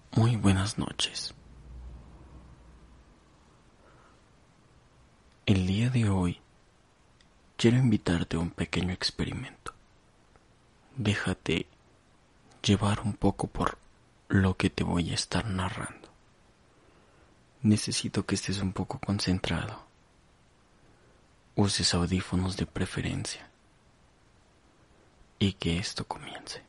Muy buenas noches. El día de hoy quiero invitarte a un pequeño experimento. Déjate llevar un poco por lo que te voy a estar narrando. Necesito que estés un poco concentrado. Uses audífonos de preferencia. Y que esto comience.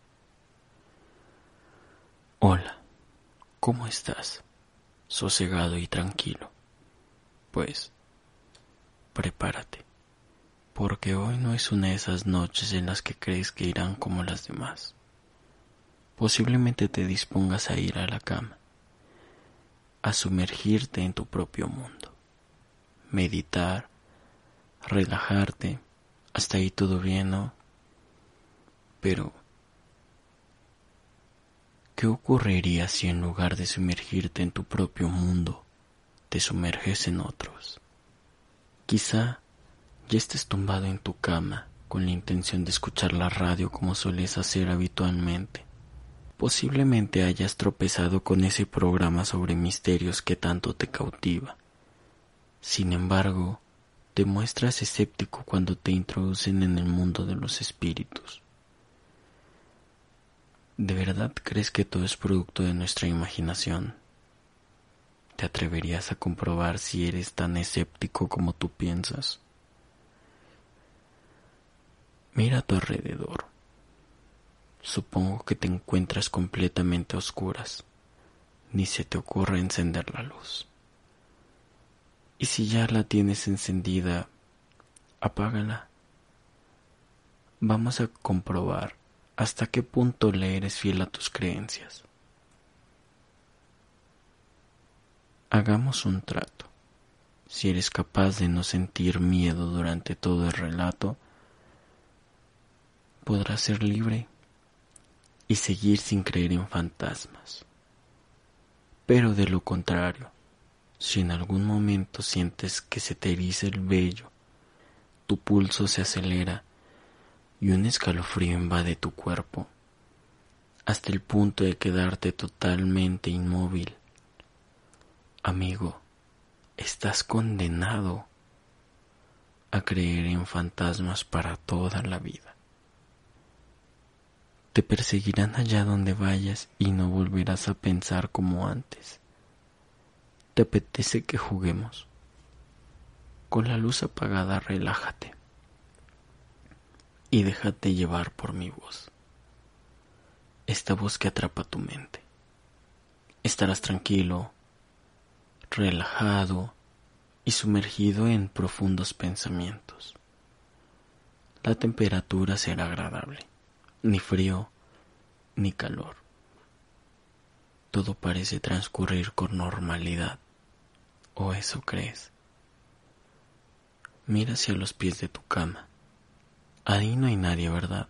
Hola, ¿cómo estás? Sosegado y tranquilo. Pues, prepárate, porque hoy no es una de esas noches en las que crees que irán como las demás. Posiblemente te dispongas a ir a la cama, a sumergirte en tu propio mundo, meditar, relajarte, hasta ahí todo bien, ¿no? Pero, ¿qué ocurriría si en lugar de sumergirte en tu propio mundo, te sumerges en otros? Quizá ya estés tumbado en tu cama con la intención de escuchar la radio como sueles hacer habitualmente. Posiblemente hayas tropezado con ese programa sobre misterios que tanto te cautiva. Sin embargo, te muestras escéptico cuando te introducen en el mundo de los espíritus. ¿De verdad crees que todo es producto de nuestra imaginación? ¿Te atreverías a comprobar si eres tan escéptico como tú piensas? Mira a tu alrededor. Supongo que te encuentras completamente a oscuras. Ni se te ocurre encender la luz. Y si ya la tienes encendida, apágala. Vamos a comprobar hasta qué punto le eres fiel a tus creencias. Hagamos un trato. Si eres capaz de no sentir miedo durante todo el relato, podrás ser libre y seguir sin creer en fantasmas. Pero de lo contrario, si en algún momento sientes que se te eriza el vello, tu pulso se acelera y un escalofrío invade tu cuerpo, hasta el punto de quedarte totalmente inmóvil, amigo, estás condenado a creer en fantasmas para toda la vida. Te perseguirán allá donde vayas y no volverás a pensar como antes. ¿Te apetece que juguemos? Con la luz apagada, relájate y déjate llevar por mi voz. Esta voz que atrapa tu mente. Estarás tranquilo, relajado y sumergido en profundos pensamientos. La temperatura será agradable, ni frío ni calor. Todo parece transcurrir con normalidad, o eso crees. Mira hacia los pies de tu cama. Ahí no hay nadie, ¿verdad?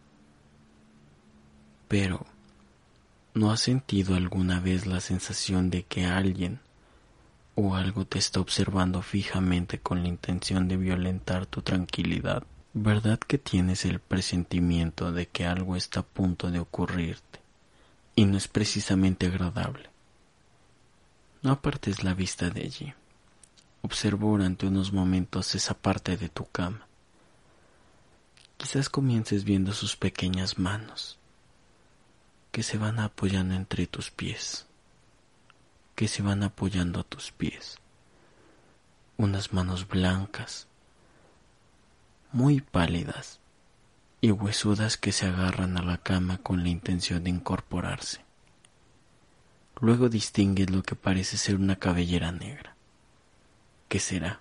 Pero, ¿no has sentido alguna vez la sensación de que alguien o algo te está observando fijamente con la intención de violentar tu tranquilidad? ¿Verdad que tienes el presentimiento de que algo está a punto de ocurrirte y no es precisamente agradable? No apartes la vista de allí. Observa durante unos momentos esa parte de tu cama. Quizás comiences viendo sus pequeñas manos que se van apoyando entre tus pies, que se van apoyando a tus pies. Unas manos blancas, muy pálidas y huesudas que se agarran a la cama con la intención de incorporarse. Luego distingues lo que parece ser una cabellera negra. ¿Qué será?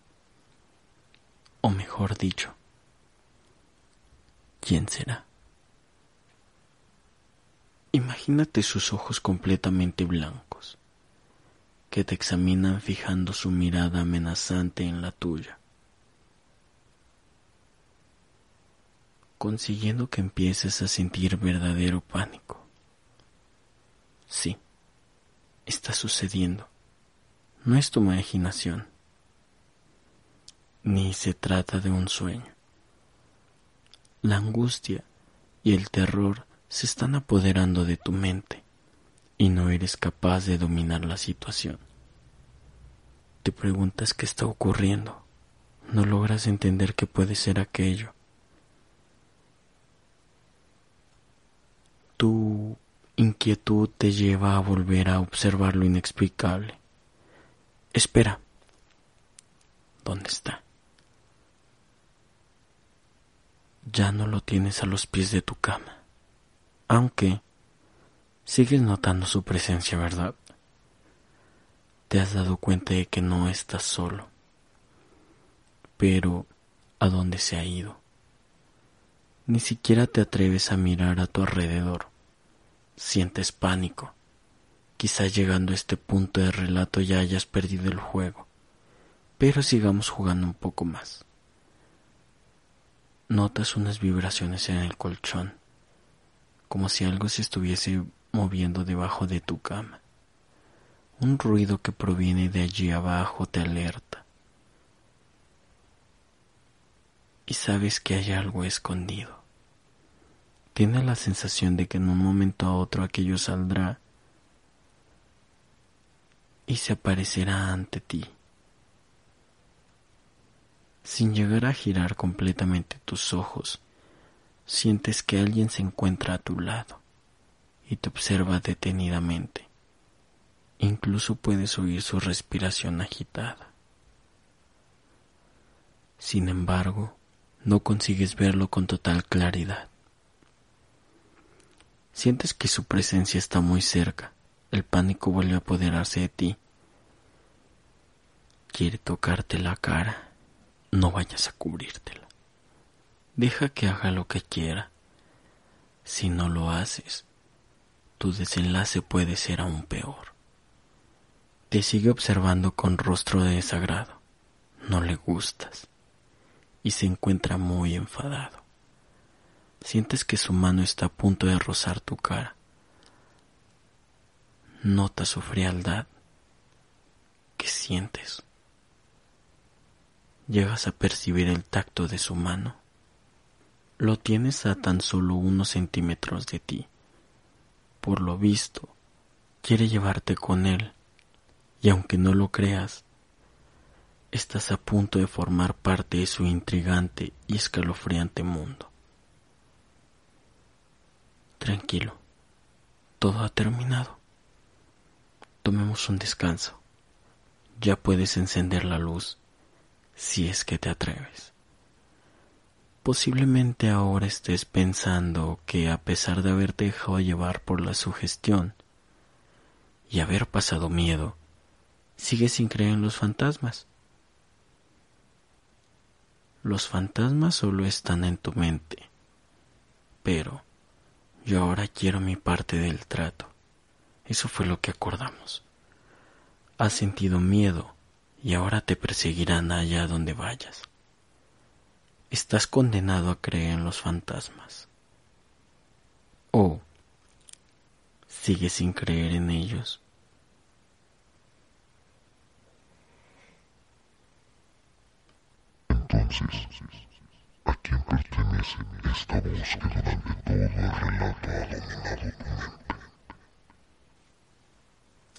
O mejor dicho, ¿quién será? Imagínate sus ojos completamente blancos, que te examinan fijando su mirada amenazante en la tuya, consiguiendo que empieces a sentir verdadero pánico. Sí, está sucediendo. No es tu imaginación, ni se trata de un sueño. La angustia y el terror se están apoderando de tu mente y no eres capaz de dominar la situación. Te preguntas qué está ocurriendo. No logras entender qué puede ser aquello. Tu inquietud te lleva a volver a observar lo inexplicable. Espera. ¿Dónde está? Ya no lo tienes a los pies de tu cama, aunque sigues notando su presencia, ¿verdad? Te has dado cuenta de que no estás solo. Pero, ¿a dónde se ha ido? Ni siquiera te atreves a mirar a tu alrededor. Sientes pánico. Quizás llegando a este punto de relato ya hayas perdido el juego, pero sigamos jugando un poco más. Notas unas vibraciones en el colchón, como si algo se estuviese moviendo debajo de tu cama. Un ruido que proviene de allí abajo te alerta. Y sabes que hay algo escondido. Tienes la sensación de que en un momento a otro aquello saldrá y se aparecerá ante ti. Sin llegar a girar completamente tus ojos, sientes que alguien se encuentra a tu lado y te observa detenidamente. Incluso puedes oír su respiración agitada. Sin embargo, no consigues verlo con total claridad. Sientes que su presencia está muy cerca. El pánico vuelve a apoderarse de ti. Quiere tocarte la cara. No vayas a cubrírtela. Deja que haga lo que quiera. Si no lo haces, tu desenlace puede ser aún peor. Te sigue observando con rostro de desagrado. No le gustas. Y se encuentra muy enfadado. Sientes que su mano está a punto de rozar tu cara. Notas su frialdad. ¿Qué sientes? Llegas a percibir el tacto de su mano. Lo tienes a tan solo unos centímetros de ti. Por lo visto, quiere llevarte con él, y aunque no lo creas, estás a punto de formar parte de su intrigante y escalofriante mundo. Tranquilo, todo ha terminado. Tomemos un descanso. Ya puedes encender la luz, si es que te atreves. Posiblemente ahora estés pensando que a pesar de haberte dejado llevar por la sugestión y haber pasado miedo, sigues sin creer en los fantasmas. Los fantasmas solo están en tu mente, pero yo ahora quiero mi parte del trato. Eso fue lo que acordamos. Has sentido miedo y ahora te perseguirán allá donde vayas. Estás condenado a creer en los fantasmas. O sigues sin creer en ellos. Entonces, ¿a quién pertenece esta voz que durante todo el relato ha dominado tu mente?